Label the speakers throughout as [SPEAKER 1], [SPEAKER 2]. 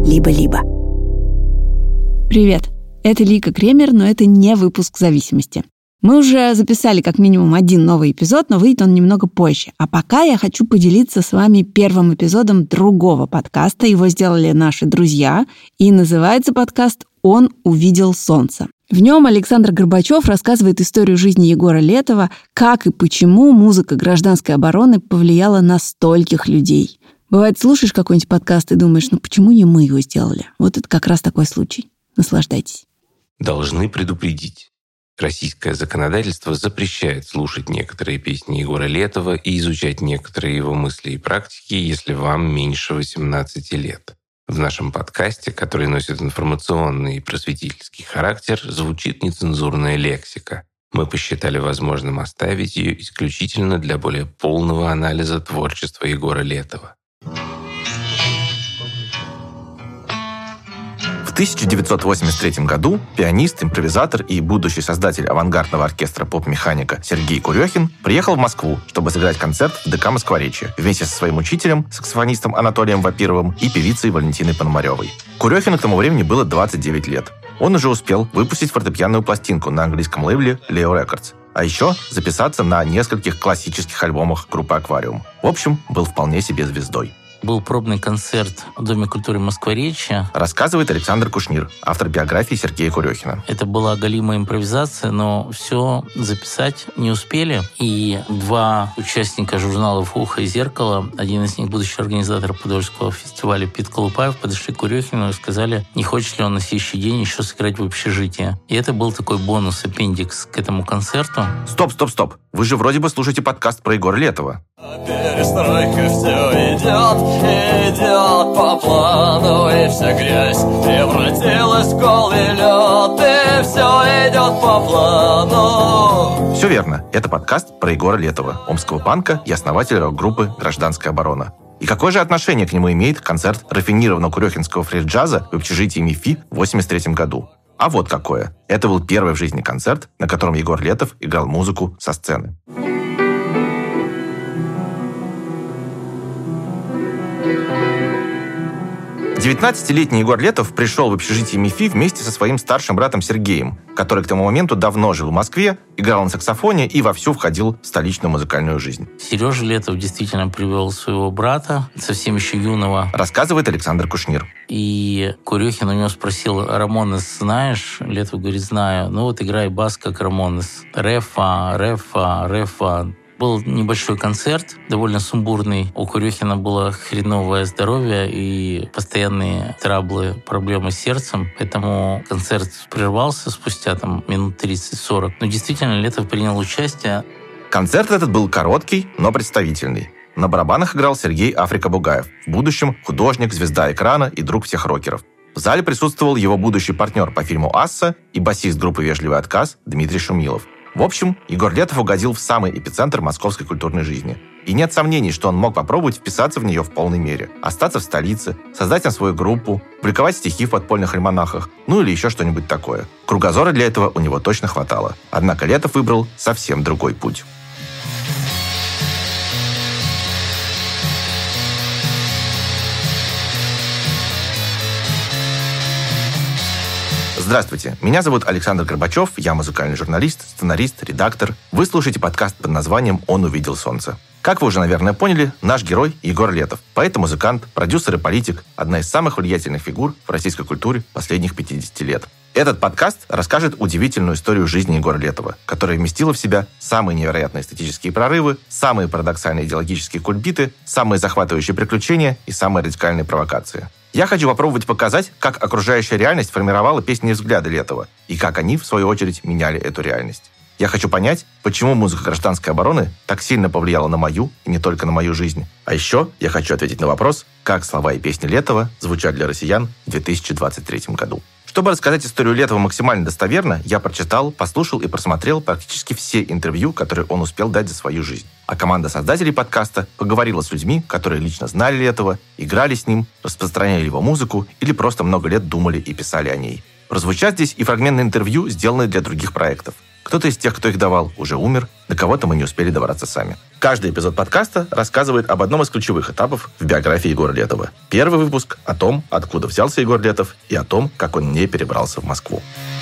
[SPEAKER 1] либо-либо.
[SPEAKER 2] Привет, это Лика Кремер, но это не выпуск зависимости. Мы уже записали как минимум один новый эпизод, но выйдет он немного позже. А пока я хочу поделиться с вами первым эпизодом другого подкаста. Его сделали наши друзья, и называется подкаст «Он увидел солнце». В нем Александр Горбачев рассказывает историю жизни Егора Летова, как и почему музыка гражданской обороны повлияла на стольких людей. Бывает, слушаешь какой-нибудь подкаст и думаешь, почему не мы его сделали? Вот это как раз такой случай. Наслаждайтесь.
[SPEAKER 3] Должны предупредить. Российское законодательство запрещает слушать некоторые песни Егора Летова и изучать некоторые его мысли и практики, если вам меньше 18 лет. В нашем подкасте, который носит информационный и просветительский характер, звучит нецензурная лексика. Мы посчитали возможным оставить ее исключительно для более полного анализа творчества Егора Летова.
[SPEAKER 4] В 1983 году пианист, импровизатор и будущий создатель авангардного оркестра поп-механика Сергей Курехин приехал в Москву, чтобы сыграть концерт в ДК Москворечье вместе со своим учителем, саксофонистом Анатолием Вапировым и певицей Валентиной Пономаревой. Курехину к тому времени было 29 лет. Он уже успел выпустить фортепианную пластинку на английском лейбле Leo Records, а еще записаться на нескольких классических альбомах группы «Аквариум». В общем, был вполне себе звездой.
[SPEAKER 5] Был пробный концерт в Доме культуры Москворечья.
[SPEAKER 4] Рассказывает Александр Кушнир, автор биографии Сергея Курехина.
[SPEAKER 5] Это была оголимая импровизация, но все записать не успели. И два участника журналов «Ухо» и «Зеркало», один из них будущий организатор Подольского фестиваля Пит Колупаев, подошли к Курехину и сказали, не хочет ли он на следующий день еще сыграть в общежитии. И это был такой бонус, аппендикс к этому концерту.
[SPEAKER 4] Стоп. Вы же вроде бы слушаете подкаст про Егора Летова.
[SPEAKER 6] Перестройка все идет по плану, и вся грязь превратилась в голый лед, и все идет по плану.
[SPEAKER 4] Все верно, это подкаст про Егора Летова, омского панка и основателя рок-группы «Гражданская оборона». И какое же отношение к нему имеет концерт рафинированного курехинского фри-джаза в общежитии МИФИ в 1983 году? А вот какое. Это был первый в жизни концерт, на котором Егор Летов играл музыку со сцены. 19-летний Егор Летов пришел в общежитие МИФИ вместе со своим старшим братом Сергеем, который к тому моменту давно жил в Москве, играл на саксофоне и вовсю входил в столичную музыкальную жизнь.
[SPEAKER 5] Сережа Летов действительно привел своего брата, совсем еще юного.
[SPEAKER 4] Рассказывает Александр Кушнир.
[SPEAKER 5] И Курехин у него спросил, Рамонес знаешь? Летов говорит, знаю. Играй бас, как Рамонес. Рефа. Был небольшой концерт, довольно сумбурный. У Курехина было хреновое здоровье и постоянные траблы, проблемы с сердцем. Поэтому концерт прервался спустя минут 30-40. Но действительно Летов принял участие.
[SPEAKER 4] Концерт этот был короткий, но представительный. На барабанах играл Сергей Африка Бугаев, в будущем художник, звезда экрана и друг всех рокеров. В зале присутствовал его будущий партнер по фильму «Асса» и басист группы «Вежливый отказ» Дмитрий Шумилов. В общем, Егор Летов угодил в самый эпицентр московской культурной жизни. И нет сомнений, что он мог попробовать вписаться в нее в полной мере, остаться в столице, создать там свою группу, публиковать стихи в подпольных альманахах, или еще что-нибудь такое. Кругозора для этого у него точно хватало. Однако Летов выбрал совсем другой путь. Здравствуйте, меня зовут Александр Горбачев, я музыкальный журналист, сценарист, редактор. Вы слушаете подкаст под названием «Он увидел солнце». Как вы уже, наверное, поняли, наш герой Егор Летов. Поэт и музыкант, продюсер и политик, одна из самых влиятельных фигур в российской культуре последних 50 лет. Этот подкаст расскажет удивительную историю жизни Егора Летова, которая вместила в себя самые невероятные эстетические прорывы, самые парадоксальные идеологические кульбиты, самые захватывающие приключения и самые радикальные провокации. Я хочу попробовать показать, как окружающая реальность формировала песни и взгляды Летова, и как они, в свою очередь, меняли эту реальность. Я хочу понять, почему музыка гражданской обороны так сильно повлияла на мою и не только на мою жизнь. А еще я хочу ответить на вопрос, как слова и песни Летова звучат для россиян в 2023 году. Чтобы рассказать историю Летова максимально достоверно, я прочитал, послушал и просмотрел практически все интервью, которые он успел дать за свою жизнь. А команда создателей подкаста поговорила с людьми, которые лично знали Летова, играли с ним, распространяли его музыку или просто много лет думали и писали о ней. Прозвучат здесь и фрагменты интервью, сделанные для других проектов. Кто-то из тех, кто их давал, уже умер, до кого-то мы не успели добраться сами. Каждый эпизод подкаста рассказывает об одном из ключевых этапов в биографии Егора Летова. Первый выпуск о том, откуда взялся Егор Летов, и о том, как он не перебрался в Москву.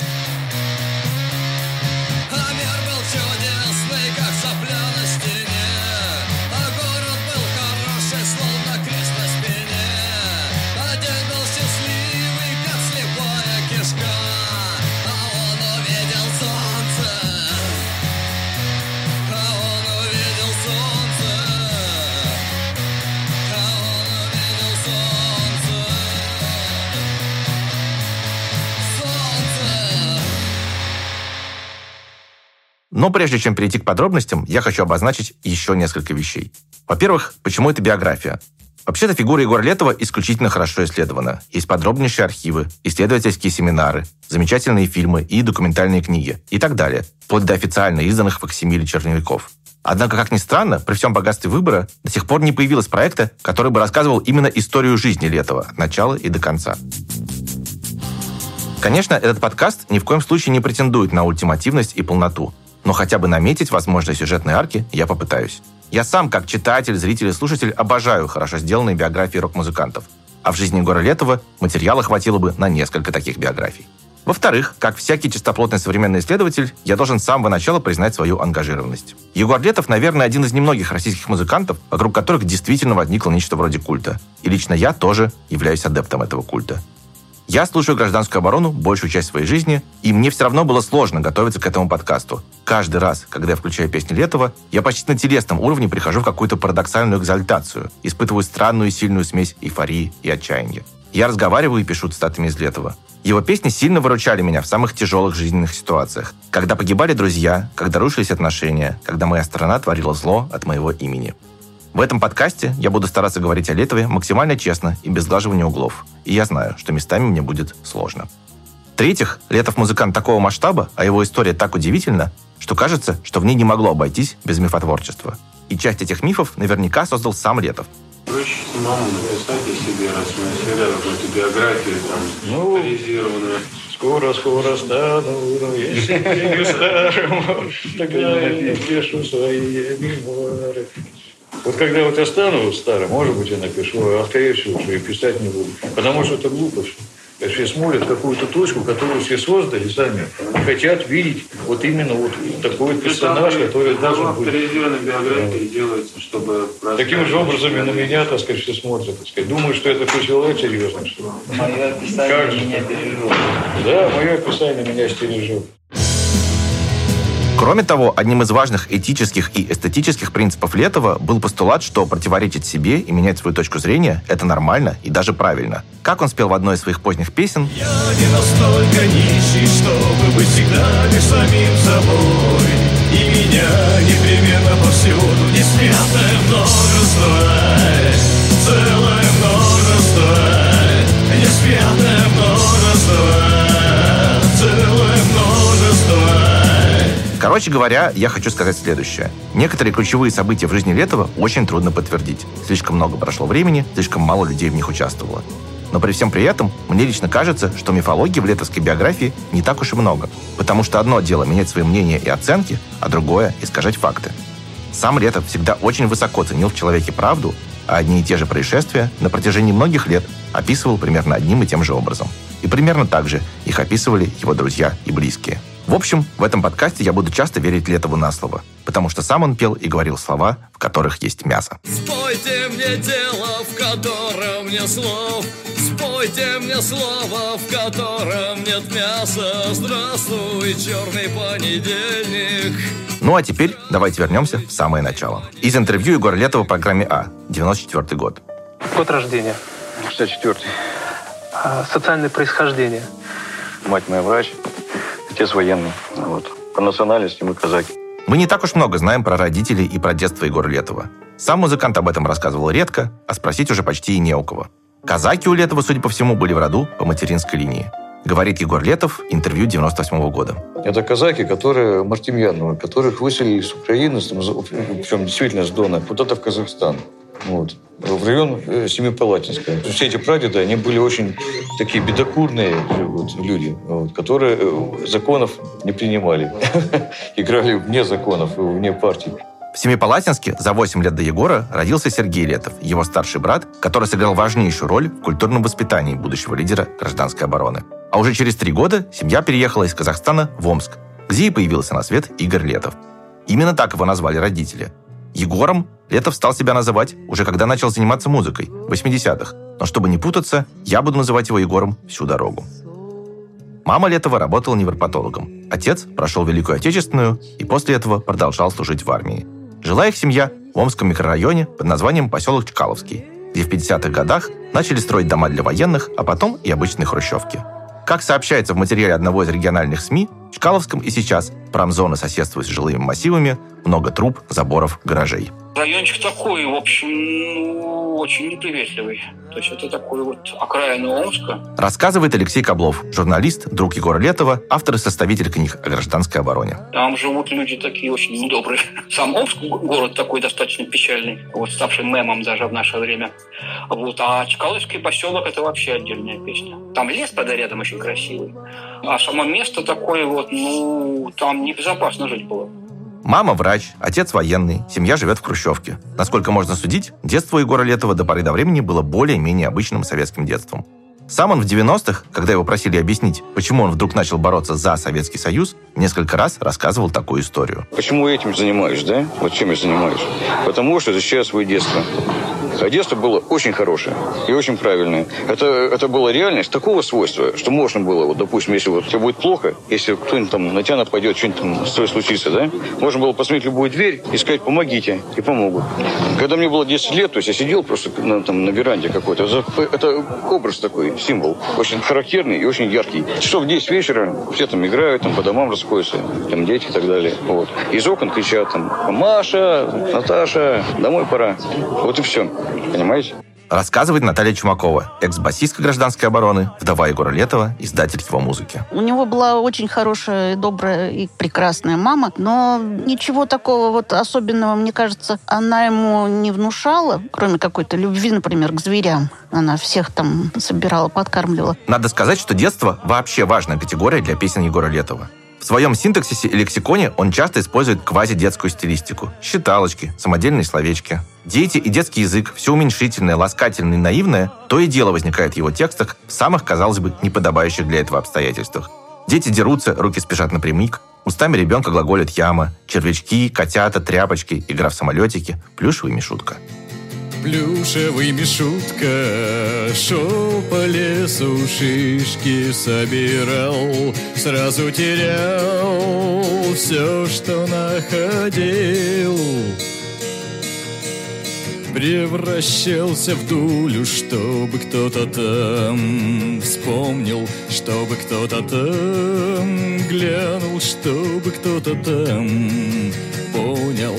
[SPEAKER 4] Но прежде чем перейти к подробностям, я хочу обозначить еще несколько вещей. Во-первых, почему это биография? Вообще-то фигура Егора Летова исключительно хорошо исследована. Есть подробнейшие архивы, исследовательские семинары, замечательные фильмы и документальные книги и так далее, вплоть до официально изданных факсимиле черновиков. Однако, как ни странно, при всем богатстве выбора до сих пор не появилось проекта, который бы рассказывал именно историю жизни Летова от начала и до конца. Конечно, этот подкаст ни в коем случае не претендует на ультимативность и полноту, но хотя бы наметить возможные сюжетные арки я попытаюсь. Я сам, как читатель, зритель и слушатель, обожаю хорошо сделанные биографии рок-музыкантов. А в жизни Егора Летова материала хватило бы на несколько таких биографий. Во-вторых, как всякий чистоплотный современный исследователь, я должен с самого начала признать свою ангажированность. Егор Летов, наверное, один из немногих российских музыкантов, вокруг которых действительно возникло нечто вроде культа. И лично я тоже являюсь адептом этого культа. Я слушаю «Гражданскую оборону» большую часть своей жизни, и мне все равно было сложно готовиться к этому подкасту. Каждый раз, когда я включаю песни Летова, я почти на телесном уровне прихожу в какую-то парадоксальную экзальтацию, испытываю странную и сильную смесь эйфории и отчаяния. Я разговариваю и пишу цитатами из Летова. Его песни сильно выручали меня в самых тяжелых жизненных ситуациях. Когда погибали друзья, когда рушились отношения, когда моя сторона творила зло от моего имени. В этом подкасте я буду стараться говорить о Летове максимально честно и без сглаживания углов. И я знаю, что местами мне будет сложно. В-третьих, Летов музыкант такого масштаба, а его история так удивительна, что кажется, что в ней не могло обойтись без мифотворчества. И часть этих мифов наверняка создал сам Летов.
[SPEAKER 1] Проще самому написать о себе, раз мы всегда какую-то биографию там детализированную. Скоро стану, если не старым, тогда я напишу свои мемуары. Вот когда вот я стану старым, может быть, я напишу, а скорее всего, что я писать не буду. Потому что это глупость. Все смотрят какую-то точку, которую все создали сами, хотят видеть вот именно вот такой персонаж, который должен быть. Авторизированная биография делается, чтобы... Таким же образом и на меня, так сказать, все смотрят. Так сказать. Думаю, что это такой человек серьезный. Что...
[SPEAKER 7] Мое описание меня бережет.
[SPEAKER 1] Да, мое описание меня стережет.
[SPEAKER 4] Кроме того, одним из важных этических и эстетических принципов Летова был постулат, что противоречить себе и менять свою точку зрения – это нормально и даже правильно. Как он спел в одной из своих поздних песен:
[SPEAKER 8] «Я не настолько нищий, чтобы быть всегда лишь самим собой, и меня непременно повсюду несметное множество, целое множество, несметное множество, целое множество».
[SPEAKER 4] Короче говоря, я хочу сказать следующее. Некоторые ключевые события в жизни Летова очень трудно подтвердить. Слишком много прошло времени, слишком мало людей в них участвовало. Но при всем при этом, мне лично кажется, что мифологии в летовской биографии не так уж и много. Потому что одно дело менять свои мнения и оценки, а другое – искажать факты. Сам Летов всегда очень высоко ценил в человеке правду, а одни и те же происшествия на протяжении многих лет описывал примерно одним и тем же образом. И примерно так же их описывали его друзья и близкие. В общем, в этом подкасте я буду часто верить Летову на слово, потому что сам он пел и говорил слова, в которых есть мясо.
[SPEAKER 6] Спойте мне дело, в котором нет слов. Спойте мне слово, в котором нет мяса. Здравствуй, черный понедельник.
[SPEAKER 4] Ну а теперь давайте вернемся в самое начало. Из интервью Егора Летова в программе «А», 94 год.
[SPEAKER 9] Год рождения.
[SPEAKER 10] 64-й.
[SPEAKER 9] Социальное происхождение.
[SPEAKER 10] Мать моя врач, отец военный. Вот. По национальности мы казаки.
[SPEAKER 4] Мы не так уж много знаем про родителей и про детство Егора Летова. Сам музыкант об этом рассказывал редко, а спросить уже почти и не у кого. Казаки у Летова, судя по всему, были в роду по материнской линии. Говорит Егор Летов, интервью 98 года.
[SPEAKER 10] Это казаки, которые Мартемьяновы, которых выселили с Украины, причем действительно с Дона, куда-то в Казахстан.
[SPEAKER 11] Вот. В район Семипалатинска. Все эти прадеды, они были очень такие бедокурные люди, которые законов не принимали. Играли вне законов, вне партий.
[SPEAKER 4] В Семипалатинске за 8 лет до Егора родился Сергей Летов, его старший брат, который сыграл важнейшую роль в культурном воспитании будущего лидера гражданской обороны. А уже через 3 года семья переехала из Казахстана в Омск, где и появился на свет Игорь Летов. Именно так его назвали родители. Егором Летов стал себя называть уже когда начал заниматься музыкой, в 80-х. Но чтобы не путаться, я буду называть его Егором всю дорогу. Мама Летова работала невропатологом. Отец прошел Великую Отечественную и после этого продолжал служить в армии. Жила их семья в Омском микрорайоне под названием поселок Чкаловский, где в 50-х годах начали строить дома для военных, а потом и обычные хрущевки. Как сообщается в материале одного из региональных СМИ, в Чкаловском и сейчас промзона соседствует с жилыми массивами, много труб, заборов, гаражей.
[SPEAKER 12] Райончик такой, в общем, очень неприветливый. То есть это такой вот окраина Омска.
[SPEAKER 4] Рассказывает Алексей Коблов, журналист, друг Егора Летова, автор и составитель книг о гражданской обороне.
[SPEAKER 12] Там живут люди такие очень недобрые. Сам Омск город такой достаточно печальный, вот ставший мемом даже в наше время. Вот. А Чкаловский поселок — это вообще отдельная песня. Там лес под рядом очень красивый. А само место такое вот, там небезопасно жить было.
[SPEAKER 4] Мама врач, отец военный, семья живет в хрущевке. Насколько можно судить, детство Егора Летова до поры до времени было более-менее обычным советским детством. Сам он в 90-х, когда его просили объяснить, почему он вдруг начал бороться за Советский Союз, несколько раз рассказывал такую историю.
[SPEAKER 11] Почему я этим занимаюсь, да? Вот чем я занимаюсь? Потому что защищаю свое детство. А детство было очень хорошее и очень правильное. Это была реальность такого свойства, что можно было, вот, допустим, если вот тебе будет плохо, если кто-нибудь там на тебя нападет, что-нибудь там с тобой случится, да, можно было посмотреть любую дверь и сказать «помогите», и помогут. Когда мне было 10 лет, то есть я сидел просто на веранде какой-то. Это образ такой, символ, очень характерный и очень яркий. Часов в 10 вечера все там играют, там по домам расходятся, там дети и так далее. Вот. Из окон кричат там «Маша, Наташа, домой пора». Вот и все. Понимаете?
[SPEAKER 4] Рассказывает Наталья Чумакова, экс-басистка гражданской обороны, вдова Егора Летова, издатель его музыки.
[SPEAKER 13] У него была очень хорошая, добрая и прекрасная мама, но ничего такого вот особенного, мне кажется, она ему не внушала, кроме какой-то любви, например, к зверям. Она всех там собирала, подкармливала.
[SPEAKER 4] Надо сказать, что детство вообще важная категория для песен Егора Летова. В своем синтаксисе и лексиконе он часто использует квазидетскую стилистику. Считалочки, самодельные словечки. Дети и детский язык, все уменьшительное, ласкательное и наивное, то и дело возникает в его текстах в самых, казалось бы, неподобающих для этого обстоятельствах. Дети дерутся, руки спешат напрямик, устами ребенка глаголят яма, червячки, котята, тряпочки, игра в самолетики, плюшевый Мишутка.
[SPEAKER 8] Плюшевый Мишутка шел по лесу, шишки собирал, сразу терял все, что находил. Превращался в дулю, чтобы кто-то там вспомнил, чтобы кто-то там глянул, чтобы кто-то там понял.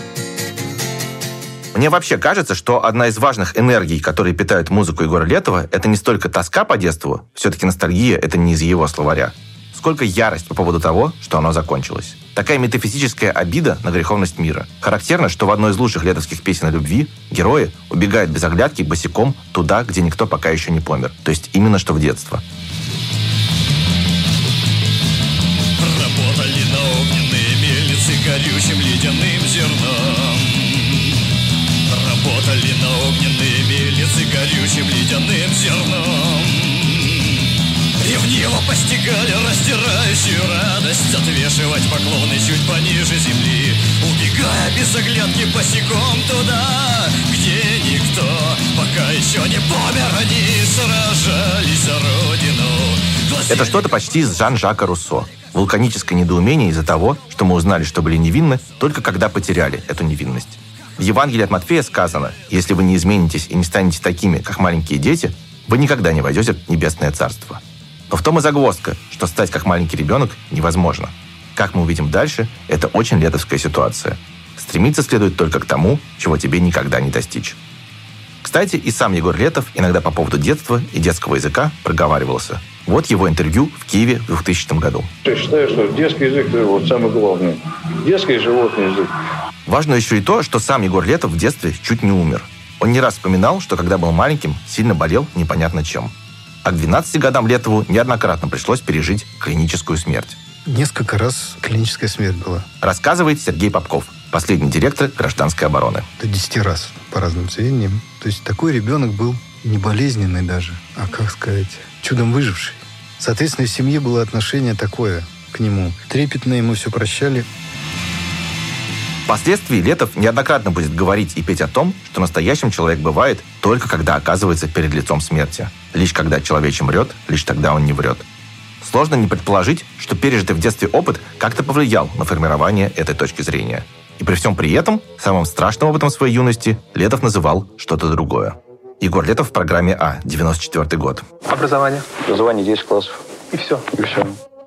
[SPEAKER 4] Мне вообще кажется, что одна из важных энергий, которые питают музыку Егора Летова, это не столько тоска по детству, все-таки ностальгия — это не из его словаря, сколько ярость по поводу того, что оно закончилось. Такая метафизическая обида на греховность мира. Характерно, что в одной из лучших летовских песен о любви герои убегают без оглядки босиком туда, где никто пока еще не помер. То есть именно что в детство.
[SPEAKER 8] Работали на огненные мельницы горючим ледяным зерном. Работали на огненные мельницы горючим ледяным зерном. Ревниво постигали раздирающую радость, отвешивать поклоны чуть пониже земли, убегая без оглядки босиком туда, где никто пока еще не помер. Они сражались за родину.
[SPEAKER 4] Это что-то почти из Жан-Жака Руссо. Вулканическое недоумение из-за того, что мы узнали, что были невинны, только когда потеряли эту невинность. В Евангелии от Матфея сказано: «Если вы не изменитесь и не станете такими, как маленькие дети, вы никогда не войдете в небесное царство». Но в том и загвоздка, что стать как маленький ребенок невозможно. Как мы увидим дальше, это очень летовская ситуация. Стремиться следует только к тому, чего тебе никогда не достичь. Кстати, и сам Егор Летов иногда по поводу детства и детского языка проговаривался. Вот его интервью в Киеве в 2000 году.
[SPEAKER 11] Я считаю, что детский язык – это вот самое главное. Детский и животный язык.
[SPEAKER 4] Важно еще и то, что сам Егор Летов в детстве чуть не умер. Он не раз вспоминал, что когда был маленьким, сильно болел непонятно чем. А к 12 годам Летову неоднократно пришлось пережить клиническую смерть.
[SPEAKER 14] Несколько раз клиническая смерть была.
[SPEAKER 4] Рассказывает Сергей Попков, последний директор гражданской обороны.
[SPEAKER 14] До 10 раз, по разным сведениям. То есть такой ребенок был не болезненный даже, а, как сказать, чудом выживший. Соответственно, в семье было отношение такое к нему. Трепетно ему все прощали.
[SPEAKER 4] Впоследствии Летов неоднократно будет говорить и петь о том, что настоящим человек бывает только когда оказывается перед лицом смерти. Лишь когда человече мрет, лишь тогда он не врет. Сложно не предположить, что пережитый в детстве опыт как-то повлиял на формирование этой точки зрения. И при всем при этом, самым страшным опытом своей юности Летов называл что-то другое. Егор Летов в программе «А», 94 год.
[SPEAKER 9] Образование.
[SPEAKER 11] Образование 10 классов.
[SPEAKER 9] И все.
[SPEAKER 11] И все.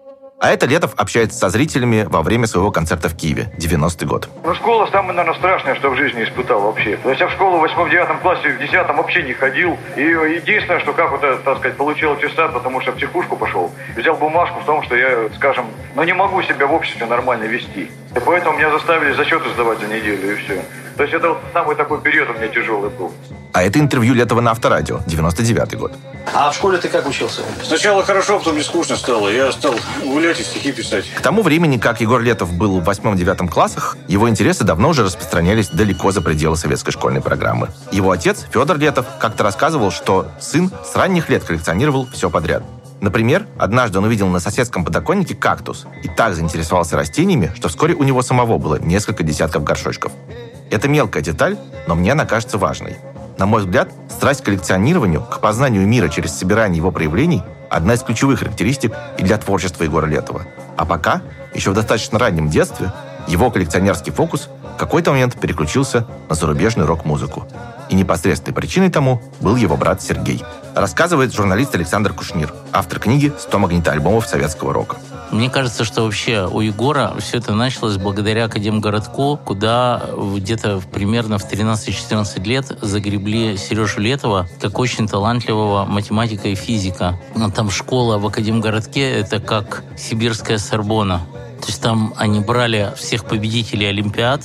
[SPEAKER 4] А это Летов общается со зрителями во время своего концерта в Киеве, 90-й год.
[SPEAKER 10] Школа самое, наверное, страшное, что в жизни испытал вообще. То есть я в школу в 8-9 классе, в 10 вообще не ходил. И единственное, что как вот это, так сказать, получил аттестат, потому что в психушку пошел, взял бумажку в том, что я, скажем, не могу себя в обществе нормально вести. И поэтому меня заставили зачеты сдавать за неделю, и все. То есть это вот самый такой период у меня тяжелый был.
[SPEAKER 4] А это интервью Летова на Авторадио, 99-й год.
[SPEAKER 15] А в школе ты как учился?
[SPEAKER 1] Сначала хорошо, потом мне скучно стало. Я стал гулять и стихи писать.
[SPEAKER 4] К тому времени, как Егор Летов был в 8-9 классах, его интересы давно уже распространялись далеко за пределы советской школьной программы. Его отец, Федор Летов, как-то рассказывал, что сын с ранних лет коллекционировал все подряд. Например, однажды он увидел на соседском подоконнике кактус и так заинтересовался растениями, что вскоре у него самого было несколько десятков горшочков. Это мелкая деталь, но мне она кажется важной. На мой взгляд, страсть к коллекционированию, к познанию мира через собирание его проявлений – одна из ключевых характеристик и для творчества Егора Летова. А пока, еще в достаточно раннем детстве, его коллекционерский фокус в какой-то момент переключился на зарубежную рок-музыку. И непосредственной причиной тому был его брат Сергей. Рассказывает журналист Александр Кушнир, автор книги «100 магнитоальбомов советского рока».
[SPEAKER 5] Мне кажется, что вообще у Егора все это началось благодаря Академгородку, куда где-то примерно в 13-14 лет загребли Сережу Летова как очень талантливого математика и физика. Но там школа в Академгородке — это как сибирская Сорбонна. То есть там они брали всех победителей Олимпиад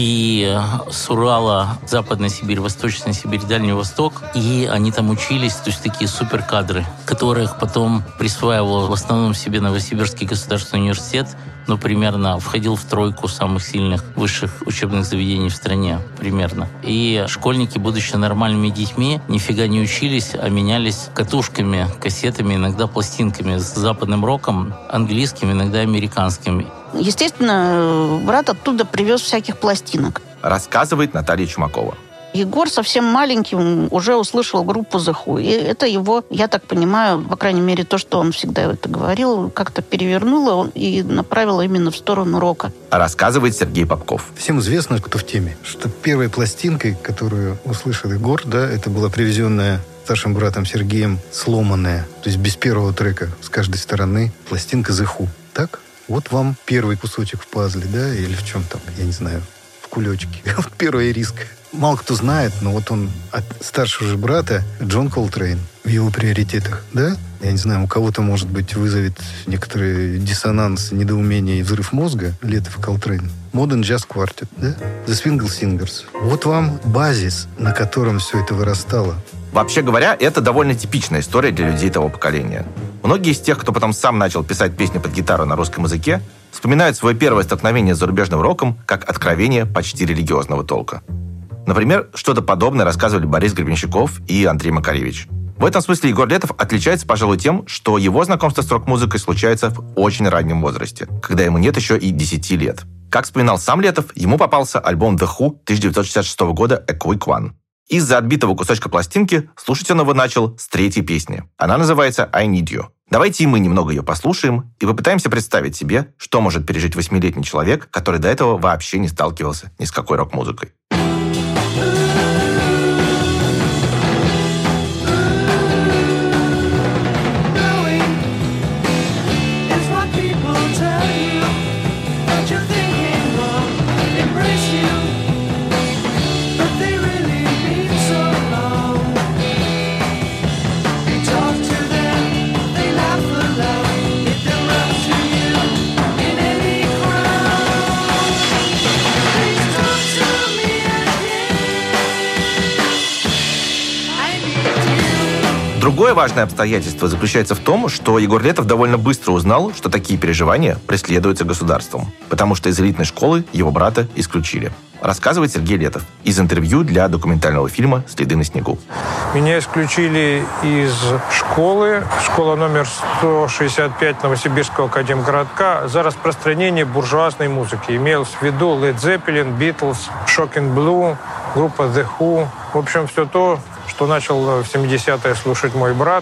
[SPEAKER 5] и с Урала, Западная Сибирь, Восточная Сибирь, Дальний Восток, и они там учились, то есть такие суперкадры, которых потом присваивал в основном себе Новосибирский государственный университет, но примерно входил в тройку самых сильных высших учебных заведений в стране, примерно. И школьники, будучи нормальными детьми, нифига не учились, а менялись катушками, кассетами, иногда пластинками с западным роком, английским, иногда американским.
[SPEAKER 13] Естественно, брат оттуда привез всяких пластинок.
[SPEAKER 4] Рассказывает Наталья Чумакова.
[SPEAKER 13] Егор совсем маленьким уже услышал группу The Who. И это его, я так понимаю, по крайней мере, то, что он всегда это говорил, как-то перевернуло и направило именно в сторону рока.
[SPEAKER 4] Рассказывает Сергей Попков.
[SPEAKER 14] Всем известно, кто в теме, что первой пластинкой, которую услышал Егор, да, это была привезенная старшим братом Сергеем сломанная, то есть без первого трека с каждой стороны, пластинка The Who. Так? Вот вам первый кусочек в пазле, да, или в чем там, я не знаю, в кулечке. Вот первая риска. Мало кто знает, но вот он от старшего же брата Джон Колтрейн в его приоритетах, да? Я не знаю, у кого-то, может быть, вызовет некоторый диссонанс, недоумение и взрыв мозга Летов и Колтрейн. Modern Jazz Quartet, да? The Swingle Singers. Вот вам базис, на котором все это вырастало.
[SPEAKER 4] Вообще говоря, это довольно типичная история для людей того поколения. Многие из тех, кто потом сам начал писать песни под гитару на русском языке, вспоминают свое первое столкновение с зарубежным роком как откровение почти религиозного толка. Например, что-то подобное рассказывали Борис Гребенщиков и Андрей Макаревич. В этом смысле Егор Летов отличается, пожалуй, тем, что его знакомство с рок-музыкой случается в очень раннем возрасте, когда ему нет еще и 10 лет. Как вспоминал сам Летов, ему попался альбом The Who 1966 года «A Quick One». Из-за отбитого кусочка пластинки слушать он его начал с третьей песни. Она называется «I Need You». Давайте и мы немного ее послушаем и попытаемся представить себе, что может пережить 8-летний человек, который до этого вообще не сталкивался ни с какой рок-музыкой. важное обстоятельство заключается в том, что Егор Летов довольно быстро узнал, что такие переживания преследуются государством, потому что из элитной школы его брата исключили. Рассказывает Сергей Летов из интервью для документального фильма «Следы на снегу».
[SPEAKER 15] Меня исключили из школы, школа номер 165 Новосибирского академгородка, за распространение буржуазной музыки. Имелось в виду Led Zeppelin, Beatles, Shocking Blue, группа The Who. В общем, все то, что начал в 70-е слушать мой брат.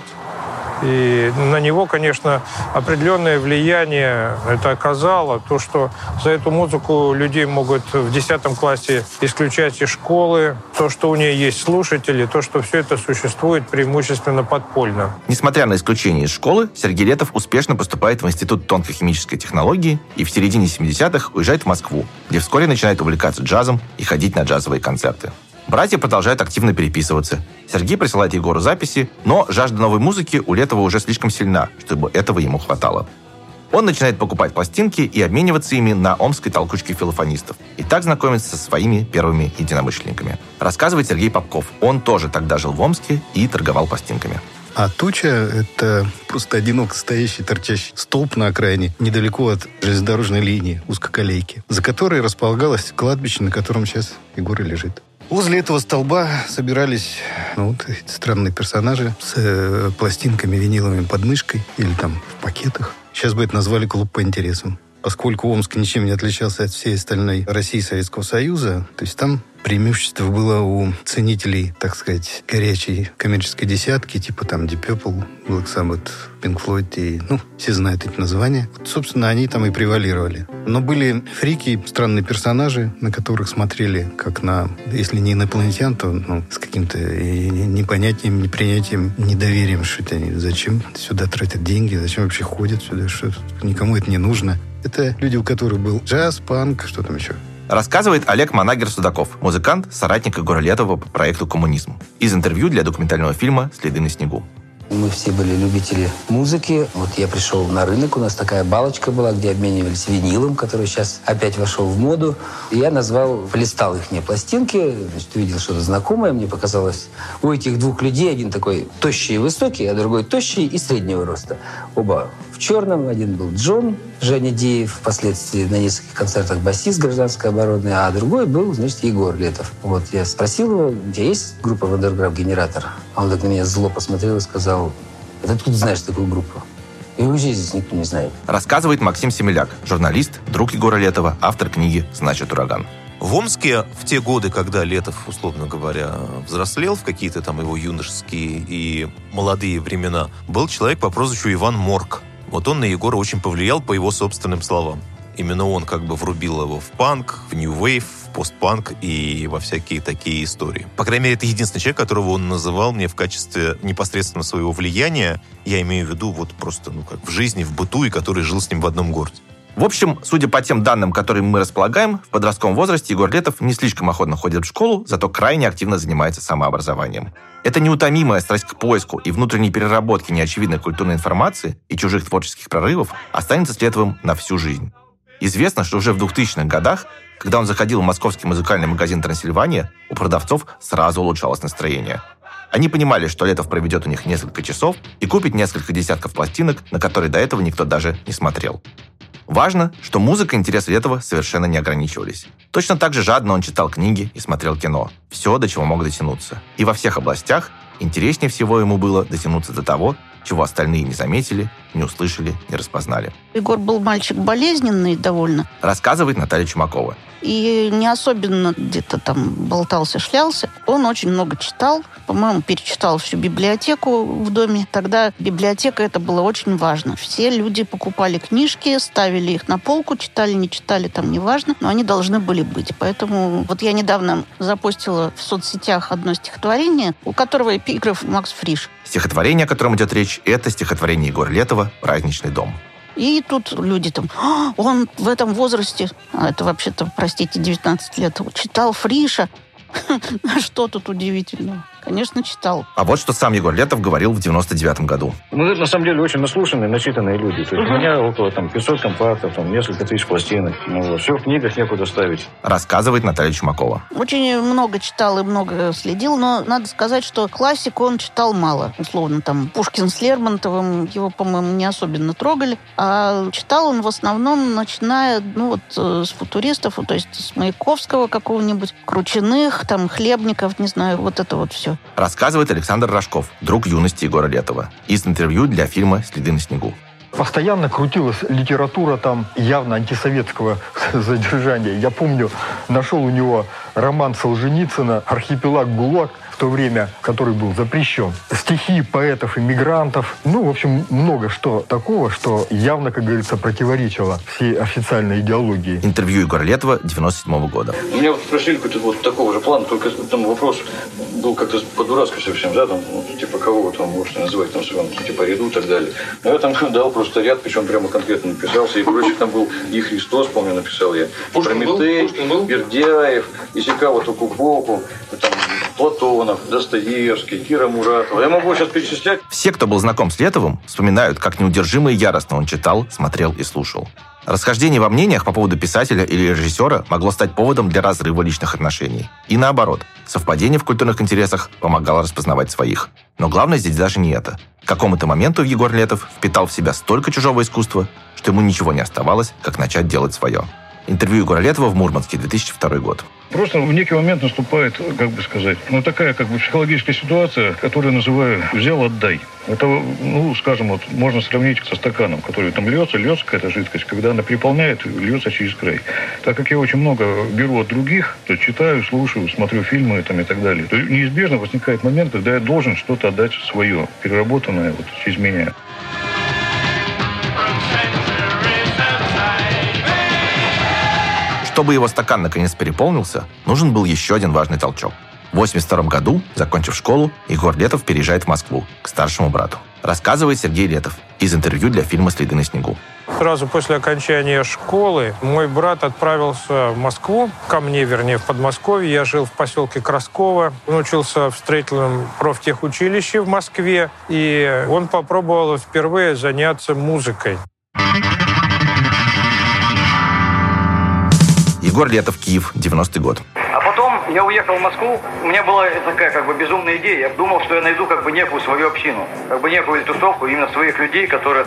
[SPEAKER 15] И на него, конечно, определенное влияние это оказало. То, что за эту музыку людей могут в 10 классе исключать из школы. То, что у нее есть слушатели, то, что все это существует преимущественно подпольно.
[SPEAKER 4] Несмотря на исключение из школы, Сергей Летов успешно поступает в Институт тонкохимической технологии и в середине 70-х уезжает в Москву, где вскоре начинает увлекаться джазом и ходить на джазовые концерты. Братья продолжают активно переписываться. Сергей присылает Егору записи, но жажда новой музыки у Летова уже слишком сильна, чтобы этого ему хватало. Он начинает покупать пластинки и обмениваться ими на омской толкучке филофонистов. И так знакомится со своими первыми единомышленниками. Рассказывает Сергей Попков. Он тоже тогда жил в Омске и торговал пластинками.
[SPEAKER 14] А туча — это просто одиноко стоящий, торчащий столб на окраине, недалеко от железнодорожной линии, узкоколейки, за которой располагалось кладбище, на котором сейчас Егор и лежит. Возле этого столба собирались эти странные персонажи с пластинками виниловыми под мышкой или там в пакетах. Сейчас бы это назвали клуб по интересам. Поскольку Омск ничем не отличался от всей остальной России и Советского Союза, то есть там преимущество было у ценителей, так сказать, горячей коммерческой десятки, типа там Deep Purple, Black Sabbath, Pink Floyd и, все знают эти названия. Вот, собственно, они там и превалировали. Но были фрики, странные персонажи, на которых смотрели как на, если не инопланетян, то с каким-то непонятием, непринятием, недоверием, что это они, зачем сюда тратят деньги, зачем вообще ходят сюда, что никому это не нужно. Это люди, у которых был джаз, панк, что там еще.
[SPEAKER 4] Рассказывает Олег Манагер-Судаков, музыкант, соратник Егора Летова по проекту «Коммунизм». Из интервью для документального фильма «Следы на снегу».
[SPEAKER 16] Мы все были любители музыки. Вот я пришел на рынок, у нас такая балочка была, где обменивались винилом, который сейчас опять вошел в моду. И я полистал их пластинки, увидел что-то знакомое. Мне показалось, у этих двух людей один такой тощий и высокий, а другой тощий и среднего роста. Оба в черном. Один был Джон, Женя Деев, впоследствии на нескольких концертах басист гражданской обороны, а другой был, Егор Летов. Вот я спросил его, у тебя есть группа «Вандерграф Генератор»? А он так на меня зло посмотрел и сказал: «А ты откуда знаешь такую группу? И вообще здесь никто не знает».
[SPEAKER 4] Рассказывает Максим Семеляк, журналист, друг Егора Летова, автор книги «Значит, ураган».
[SPEAKER 17] В Омске в те годы, когда Летов, условно говоря, взрослел в какие-то там его юношеские и молодые времена, был человек по прозвищу Иван Морг. Вот он на Егора очень повлиял, по его собственным словам. Именно он врубил его в панк, в нью-вейв, в постпанк и во всякие такие истории. По крайней мере, это единственный человек, которого он называл мне в качестве непосредственно своего влияния. Я имею в виду просто в жизни, в быту, и который жил с ним в одном городе.
[SPEAKER 4] В общем, судя по тем данным, которыми мы располагаем, в подростковом возрасте Егор Летов не слишком охотно ходит в школу, зато крайне активно занимается самообразованием. Эта неутомимая страсть к поиску и внутренней переработке неочевидной культурной информации и чужих творческих прорывов останется с Летовым на всю жизнь. Известно, что уже в 2000-х годах, когда он заходил в московский музыкальный магазин «Трансильвания», у продавцов сразу улучшалось настроение. Они понимали, что Летов проведет у них несколько часов и купит несколько десятков пластинок, на которые до этого никто даже не смотрел. Важно, что музыка и интересы Летова совершенно не ограничивались. Точно так же жадно он читал книги и смотрел кино. Все, до чего мог дотянуться. И во всех областях интереснее всего ему было дотянуться до того, чего остальные не заметили, не услышали, не распознали.
[SPEAKER 13] Егор был мальчик болезненный довольно.
[SPEAKER 4] Рассказывает Наталья Чумакова.
[SPEAKER 13] И не особенно где-то там болтался, шлялся. Он очень много читал. По-моему, перечитал всю библиотеку в доме. Тогда библиотека — это было очень важно. Все люди покупали книжки, ставили их на полку, читали, не читали, там неважно, но они должны были быть. Поэтому вот я недавно запостила в соцсетях одно стихотворение, у которого эпиграф Макс Фриш.
[SPEAKER 4] Стихотворение, о котором идет речь, это стихотворение Егора Летова «Праздничный дом».
[SPEAKER 13] И тут люди там: он в этом возрасте, а это вообще-то, простите, 19 лет, читал Фриша. Что тут удивительного? Конечно, читал.
[SPEAKER 4] А вот что сам Егор Летов говорил в 99-м году.
[SPEAKER 1] Мы, на самом деле, очень наслушанные, начитанные люди. То есть у меня около 500 компактов, несколько тысяч пластинок. Все в книгах некуда ставить.
[SPEAKER 4] Рассказывает Наталья Чумакова.
[SPEAKER 13] Очень много читал и много следил, но надо сказать, что классику он читал мало. Условно, Пушкин с Лермонтовым, его, по-моему, не особенно трогали. А читал он в основном, начиная, с футуристов, то есть с Маяковского какого-нибудь, Кручиных, Хлебников, не знаю, вот это вот все.
[SPEAKER 4] Рассказывает Александр Рожков, друг юности Егора Летова, из интервью для фильма «Следы на снегу».
[SPEAKER 18] Постоянно крутилась литература явно антисоветского содержания. Я помню, нашел у него роман Солженицына «Архипелаг ГУЛАГ», в то время, который был запрещен. Стихи поэтов, иммигрантов. В общем, много что такого, что явно, как говорится, противоречило всей официальной идеологии.
[SPEAKER 4] Интервью Егора Летова 97-го года.
[SPEAKER 10] Меня спросили какой-то такого же плана, только там вопрос был как-то по-дурацки совсем, да, кого вы можете называть, Реду и так далее. Но я дал просто ряд, причем прямо конкретно написался. И прочих там был и Христос, помню, написал я. Прометей, Бердяев, Исикава Токубоку, Платонов, Достоевский, Кира Муратова. Я могу сейчас перечислять.
[SPEAKER 4] Все, кто был знаком с Летовым, вспоминают, как неудержимо и яростно он читал, смотрел и слушал. Расхождение во мнениях по поводу писателя или режиссера могло стать поводом для разрыва личных отношений. И наоборот, совпадение в культурных интересах помогало распознавать своих. Но главное здесь даже не это. К какому-то моменту Егор Летов впитал в себя столько чужого искусства, что ему ничего не оставалось, как начать делать свое. Интервью Егора Летова в Мурманске, 2002 год.
[SPEAKER 1] Просто в некий момент наступает, такая психологическая ситуация, которую я называю «взял, отдай». Это, можно сравнить со стаканом, который льется какая-то жидкость, когда она переполняет, льется через край. Так как я очень много беру от других, то читаю, слушаю, смотрю фильмы и так далее, то неизбежно возникает момент, когда я должен что-то отдать свое, переработанное через меня.
[SPEAKER 4] Чтобы его стакан наконец переполнился, нужен был еще один важный толчок. В 1982 году, закончив школу, Егор Летов переезжает в Москву к старшему брату. Рассказывает Сергей Летов из интервью для фильма «Следы на снегу».
[SPEAKER 15] Сразу после окончания школы мой брат отправился в Москву, ко мне, в Подмосковье. Я жил в поселке Красково. Он учился в строительном профтехучилище в Москве, и он попробовал впервые заняться музыкой.
[SPEAKER 4] Егор Летов, Киев, 90-й год.
[SPEAKER 10] А потом я уехал в Москву. У меня была такая безумная идея. Я думал, что я найду некую свою общину, некую тусовку именно своих людей, которые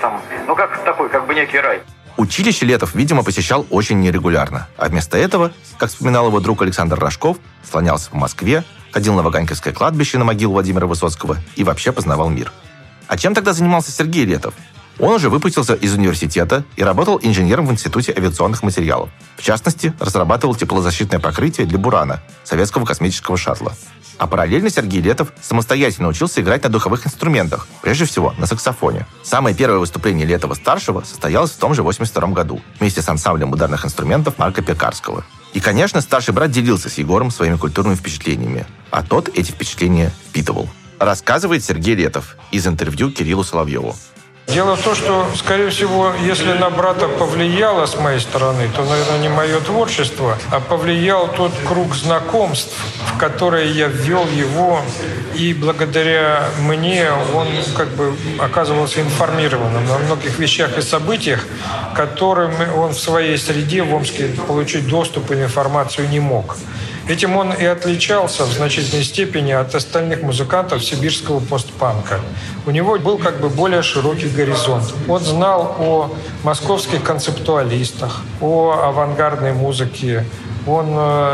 [SPEAKER 10] некий рай.
[SPEAKER 4] Училище Летов, видимо, посещал очень нерегулярно. А вместо этого, как вспоминал его друг Александр Рожков, слонялся в Москве, ходил на Ваганьковское кладбище на могилу Владимира Высоцкого и вообще познавал мир. А чем тогда занимался Сергей Летов? Он уже выпустился из университета и работал инженером в Институте авиационных материалов. В частности, разрабатывал теплозащитное покрытие для «Бурана» советского космического шаттла. А параллельно Сергей Летов самостоятельно учился играть на духовых инструментах, прежде всего на саксофоне. Самое первое выступление Летова-старшего состоялось в том же 1982 году вместе с ансамблем ударных инструментов Марка Пекарского. И, конечно, старший брат делился с Егором своими культурными впечатлениями, а тот эти впечатления впитывал. Рассказывает Сергей Летов из интервью Кириллу Соловьеву.
[SPEAKER 15] Дело в том, что, скорее всего, если на брата повлияло с моей стороны, то, наверное, не мое творчество, а повлиял тот круг знакомств, в который я ввел его, и благодаря мне он оказывался информированным на многих вещах и событиях, которым он в своей среде в Омске получить доступ и информацию не мог. Этим он и отличался в значительной степени от остальных музыкантов сибирского постпанка. У него был более широкий горизонт. Он знал о московских концептуалистах, о авангардной музыке. Он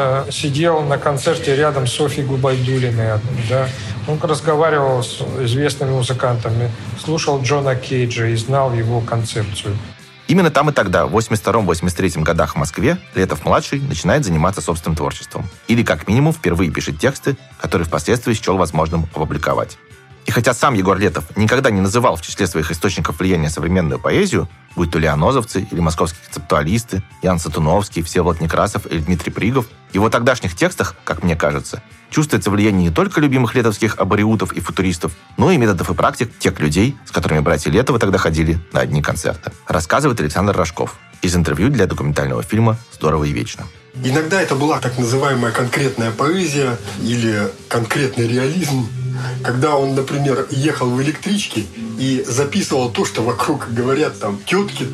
[SPEAKER 15] сидел на концерте рядом с Софьей Губайдулиной. Да? Он разговаривал с известными музыкантами, слушал Джона Кейджа и знал его концепцию.
[SPEAKER 4] Именно там и тогда, в 1982-1983 годах в Москве, Летов-младший начинает заниматься собственным творчеством. Или, как минимум, впервые пишет тексты, которые впоследствии счел возможным опубликовать. И хотя сам Егор Летов никогда не называл в числе своих источников влияния современную поэзию, будь то лианозовцы или московские концептуалисты, Ян Сатуновский, Всеволод Некрасов или Дмитрий Пригов, в его тогдашних текстах, как мне кажется, чувствуется влияние не только любимых летовских абориутов и футуристов, но и методов и практик тех людей, с которыми братья Летовы тогда ходили на одни концерты. Рассказывает Александр Рожков. из интервью для документального фильма «Здорово и вечно».
[SPEAKER 19] Иногда это была так называемая конкретная поэзия или конкретный реализм, когда он, например, ехал в электричке и записывал то, что вокруг говорят там тетки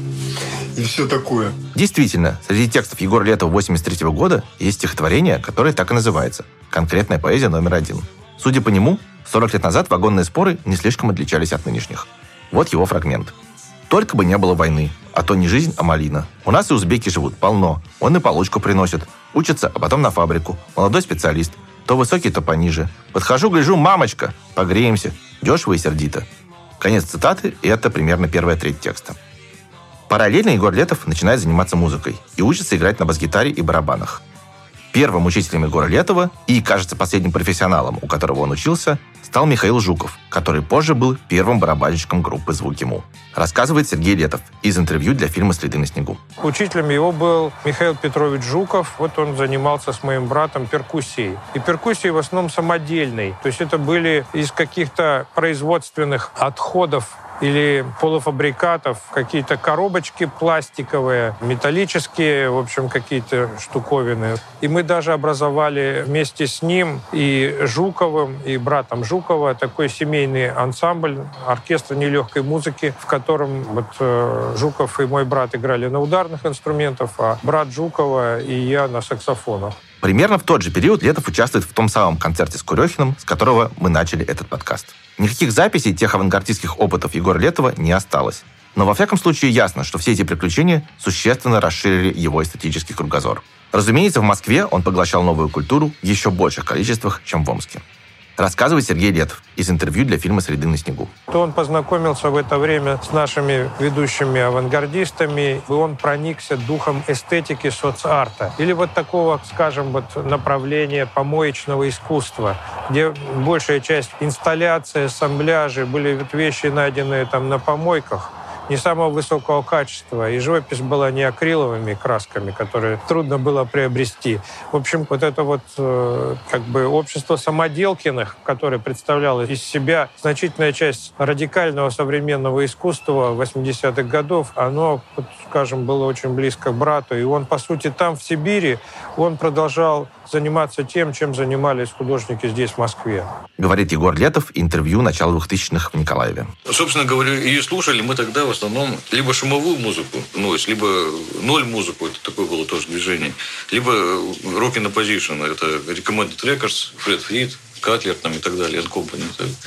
[SPEAKER 19] и все такое.
[SPEAKER 4] Действительно, среди текстов Егора Летова 1983 года есть стихотворение, которое так и называется «Конкретная поэзия номер 1». Судя по нему, 40 лет назад вагонные споры не слишком отличались от нынешних. Вот его фрагмент. «Только бы не было войны, а то не жизнь, а малина. У нас и узбеки живут полно. Он и получку приносит. Учится, а потом на фабрику. Молодой специалист. То высокий, то пониже. Подхожу, гляжу, мамочка, погреемся. Дешево и сердито». Конец цитаты, и это примерно первая треть текста. Параллельно Егор Летов начинает заниматься музыкой и учится играть на бас-гитаре и барабанах. Первым учителем Егора Летова и, кажется, последним профессионалом, у которого он учился, стал Михаил Жуков, который позже был первым барабанщиком группы «Звуки Му». Рассказывает Сергей Летов из интервью для фильма «Следы на снегу».
[SPEAKER 15] Учителем его был Михаил Петрович Жуков. Вот он занимался с моим братом перкуссией. И перкуссией в основном самодельной. То есть это были из каких-то производственных отходов или полуфабрикатов, какие-то коробочки пластиковые, металлические, в общем, какие-то штуковины. И мы даже образовали вместе с ним и Жуковым, и братом Жукова такой семейный ансамбль, оркестр нелегкой музыки, в котором вот Жуков и мой брат играли на ударных инструментах, а брат Жукова и я на саксофонах.
[SPEAKER 4] Примерно в тот же период Летов участвует в том самом концерте с Курехиным, с которого мы начали этот подкаст. Никаких записей тех авангардистских опытов Егора Летова не осталось. Но во всяком случае ясно, что все эти приключения существенно расширили его эстетический кругозор. Разумеется, в Москве он поглощал новую культуру в еще больших количествах, чем в Омске. Рассказывает Сергей Летов из интервью для фильма «Следы на снегу».
[SPEAKER 15] Он познакомился в это время с нашими ведущими авангардистами, и он проникся духом эстетики соцарта. Или вот такого, скажем, вот направления помоечного искусства, где большая часть инсталляций, ассамбляжей были вот вещи, найденные там на помойках, не самого высокого качества. И живопись была не акриловыми красками, которые трудно было приобрести. В общем, вот это вот как бы общество Самоделкиных, которое представляло из себя значительная часть радикального современного искусства 80-х годов, оно, вот, скажем, было очень близко к брату. И он, по сути, там, в Сибири, он продолжал заниматься тем, чем занимались художники здесь, в Москве.
[SPEAKER 4] Говорит Егор Летов, интервью начала 2000-х в Николаеве.
[SPEAKER 11] Собственно говоря, и слушали мы тогда в основном либо шумовую музыку, либо ноль музыку, это такое было тоже движение, либо Rockin' Opposition, это Recommended Records, Фред Фрид, Катлер там, и так далее, Company.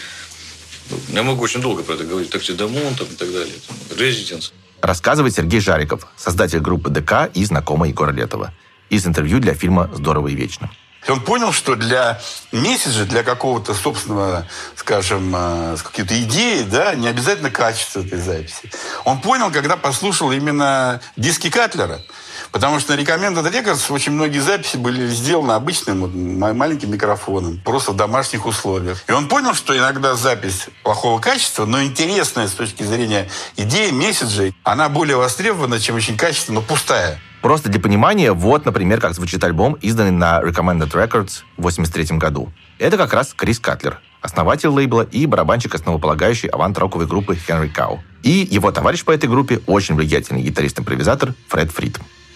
[SPEAKER 11] Я могу очень долго про это говорить, Такси Дамон там, и так далее, Residence.
[SPEAKER 4] Рассказывает Сергей Жариков, создатель группы ДК и знакомый Егора Летова. Из интервью для фильма «Здорово и вечно».
[SPEAKER 20] Он понял, что для месседжа, для какого-то собственного, скажем, какой-то идеи, да, не обязательно качество этой записи. Он понял, когда послушал именно диски Катлера. Потому что на Recommended Records очень многие записи были сделаны обычным маленьким микрофоном, просто в домашних условиях. И он понял, что иногда запись плохого качества, но интересная с точки зрения идеи, месседжей, она более востребована, чем очень качественная, но пустая.
[SPEAKER 4] Просто для понимания, вот, например, как звучит альбом, изданный на Recommended Records в 1983 году. Это как раз Крис Катлер, основатель лейбла и барабанщик основополагающей авант-роковой группы Henry Cow. И его товарищ по этой группе, очень влиятельный гитарист-импровизатор Фред Фрид.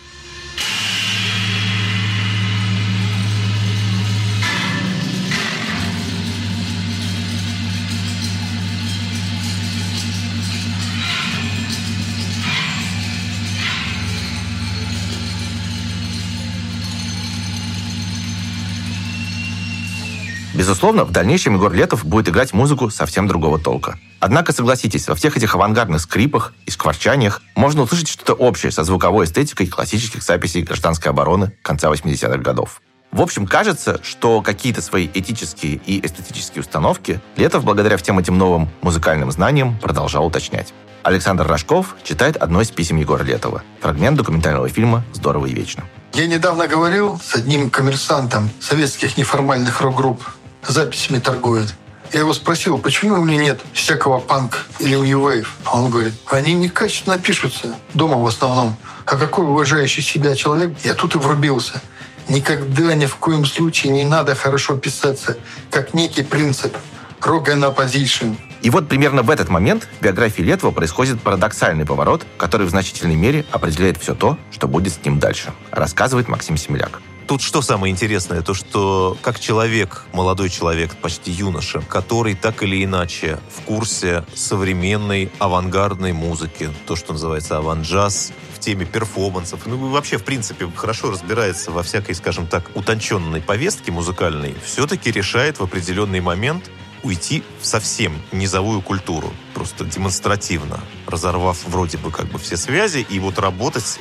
[SPEAKER 4] Безусловно, в дальнейшем Егор Летов будет играть музыку совсем другого толка. Однако, согласитесь, во всех этих авангардных скрипах и скворчаниях можно услышать что-то общее со звуковой эстетикой классических записей гражданской обороны конца 80-х годов. В общем, кажется, что какие-то свои этические и эстетические установки Летов, благодаря всем этим новым музыкальным знаниям, продолжал уточнять. Александр Рожков читает одно из писем Егора Летова. Фрагмент документального фильма «Здорово и вечно».
[SPEAKER 19] Я недавно говорил с одним коммерсантом советских неформальных рок-групп, записями торгует. Я его спросил, почему у меня нет всякого панк или нью-вейв? А он говорит, они некачественно пишутся, дома в основном. А какой уважающий себя человек, я тут и врубился. Никогда ни в коем случае не надо хорошо писаться, как некий принцип. Rock and Opposition.
[SPEAKER 4] И вот примерно в этот момент в биографии Летова происходит парадоксальный поворот, который в значительной мере определяет все то, что будет с ним дальше, рассказывает Максим Семеляк.
[SPEAKER 17] Тут что самое интересное? То, что как человек, молодой человек, почти юноша, который так или иначе в курсе современной авангардной музыки, то, что называется аванджаз, в теме перформансов, ну и вообще, в принципе, хорошо разбирается во всякой, скажем так, утонченной повестке музыкальной, все-таки решает в определенный момент уйти в совсем низовую культуру, просто демонстративно, разорвав вроде бы как бы все связи, и вот работать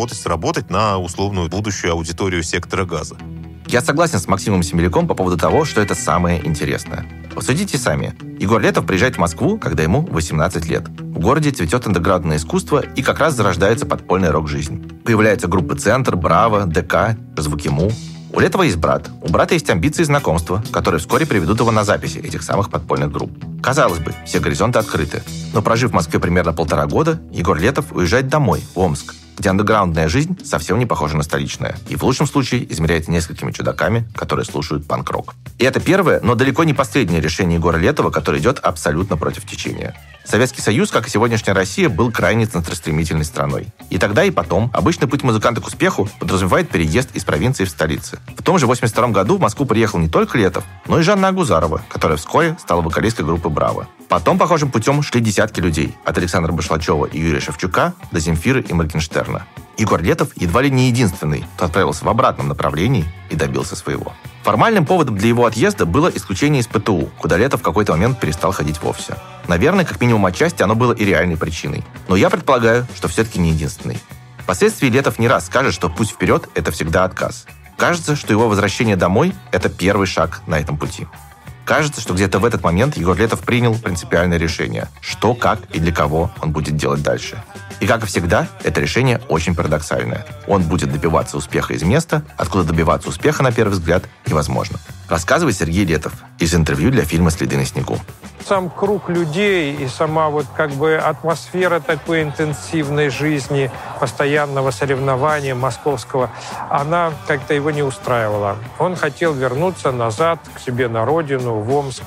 [SPEAKER 17] на условную будущую аудиторию сектора газа.
[SPEAKER 4] Я согласен с Максимом Семеляком по поводу того, что это самое интересное. Посудите сами. Егор Летов приезжает в Москву, когда ему 18 лет. В городе цветет андеграундное искусство, и как раз зарождается подпольная рок-жизнь. Появляются группы «Центр», «Браво», «ДК», «Звуки Му». У Летова есть брат. У брата есть амбиции и знакомства, которые вскоре приведут его на записи этих самых подпольных групп. Казалось бы, все горизонты открыты. Но прожив в Москве примерно 1,5 года, Егор Летов уезжает домой, в Омск, где андеграундная жизнь совсем не похожа на столичная. И в лучшем случае измеряется несколькими чудаками, которые слушают панк-рок. И это первое, но далеко не последнее решение Егора Летова, которое идет абсолютно против течения. Советский Союз, как и сегодняшняя Россия, был крайне центростремительной страной. И тогда, и потом обычный путь музыканта к успеху подразумевает переезд из провинции в столицу. В том же 1982 году в Москву приехал не только Летов, но и Жанна Агузарова, которая вскоре стала вокалисткой группы «Браво». Потом похожим путем шли десятки людей, от Александра Башлачева и Юрия Шевчука до Земфиры и Моргенштерна. Егор Летов едва ли не единственный, кто отправился в обратном направлении и добился своего. Формальным поводом для его отъезда было исключение из ПТУ, куда Летов в какой-то момент перестал ходить вовсе. Наверное, как минимум отчасти оно было и реальной причиной. Но я предполагаю, что все-таки не единственный. Впоследствии Летов не раз скажет, что путь вперед – это всегда отказ. Кажется, что его возвращение домой – это первый шаг на этом пути. Кажется, что где-то в этот момент Егор Летов принял принципиальное решение, что, как и для кого он будет делать дальше. И, как и всегда, это решение очень парадоксальное. Он будет добиваться успеха из места, откуда добиваться успеха, на первый взгляд, невозможно. Рассказывает Сергей Летов из интервью для фильма «Следы на снегу».
[SPEAKER 15] Сам круг людей и сама вот как бы атмосфера такой интенсивной жизни, постоянного соревнования московского, она как-то его не устраивала. Он хотел вернуться назад к себе на родину, в Омск.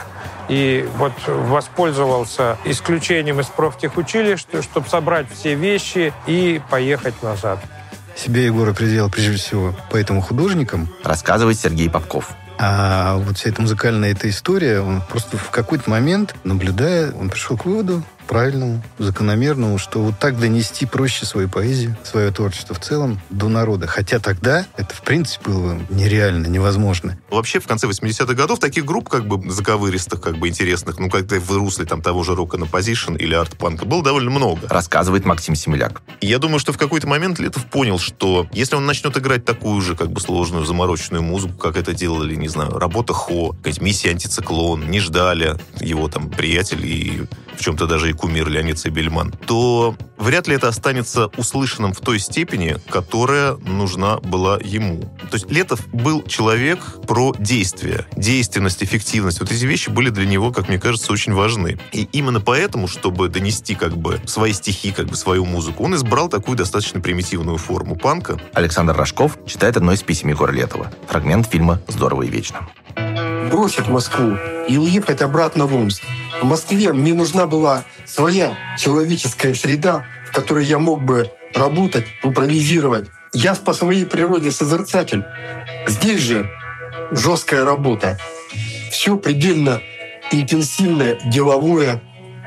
[SPEAKER 15] И вот воспользовался исключением из профтехучилища, чтобы собрать все вещи и поехать назад.
[SPEAKER 14] Себя Егор определял прежде всего поэтому художником.
[SPEAKER 4] Рассказывает Сергей Попков.
[SPEAKER 14] А вот вся эта музыкальная эта история, он просто в какой-то момент, наблюдая, он пришел к выводу правильному, закономерному, что вот так донести проще свою поэзию, свое творчество в целом до народа. Хотя тогда это, в принципе, было нереально, невозможно.
[SPEAKER 17] Вообще, в конце 80-х годов таких групп, как бы, заковыристых, как бы, интересных, ну, как-то в русле там того же рока на позишн или арт-панка, было довольно много.
[SPEAKER 4] Рассказывает Максим Семеляк.
[SPEAKER 17] И я думаю, что в какой-то момент Летов понял, что если он начнет играть такую же, как бы, сложную, замороченную музыку, как это делали, не знаю, Работа Хо, какая-то Миссия Антициклон, Не ждали его там приятель и в чем-то даже и кумир Леонид Сибельман, то вряд ли это останется услышанным в той степени, которая нужна была ему. То есть Летов был человек про действие, действенность, эффективность. Вот эти вещи были для него, как мне кажется, очень важны. И именно поэтому, чтобы донести как бы свои стихи, как бы свою музыку, он избрал такую достаточно примитивную форму панка.
[SPEAKER 4] Александр Рожков читает одно из писем Егора Летова. Фрагмент фильма «Здорово и вечно».
[SPEAKER 21] Бросить Москву и уехать обратно в Омск. В Москве мне нужна была своя человеческая среда, в которой я мог бы работать, импровизировать. Я по своей природе созерцатель. Здесь же жесткая работа. Все предельно интенсивное, деловое,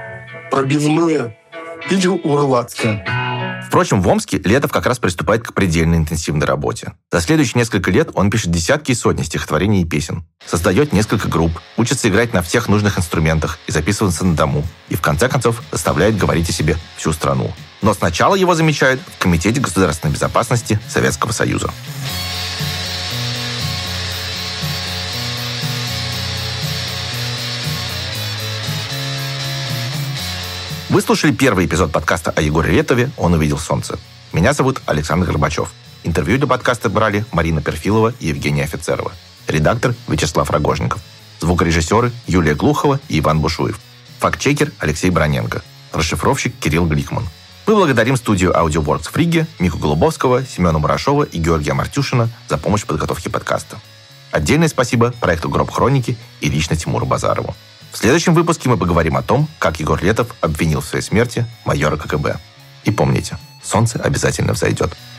[SPEAKER 21] пробивное или урлацкое.
[SPEAKER 4] Впрочем, в Омске Летов как раз приступает к предельно интенсивной работе. За следующие несколько лет он пишет десятки и сотни стихотворений и песен, создает несколько групп, учится играть на всех нужных инструментах и записываться на дому, и в конце концов заставляет говорить о себе всю страну. Но сначала его замечают в Комитете государственной безопасности Советского Союза. Вы слушали первый эпизод подкаста о Егоре Летове «Он увидел солнце». Меня зовут Александр Горбачев. Интервью для подкаста брали Марина Перфилова и Евгения Офицерова. Редактор Вячеслав Рогожников. Звукорежиссеры Юлия Глухова и Иван Бушуев. Фактчекер Алексей Броненко. Расшифровщик Кирилл Гликман. Мы благодарим студию AudioWorks в Риге, Мику Голубовского, Семена Мурашова и Георгия Мартюшина за помощь в подготовке подкаста. Отдельное спасибо проекту «Гроб Хроники» и лично Тимуру Базарову. В следующем выпуске мы поговорим о том, как Егор Летов обвинил в своей смерти майора КГБ. И помните, солнце обязательно взойдет.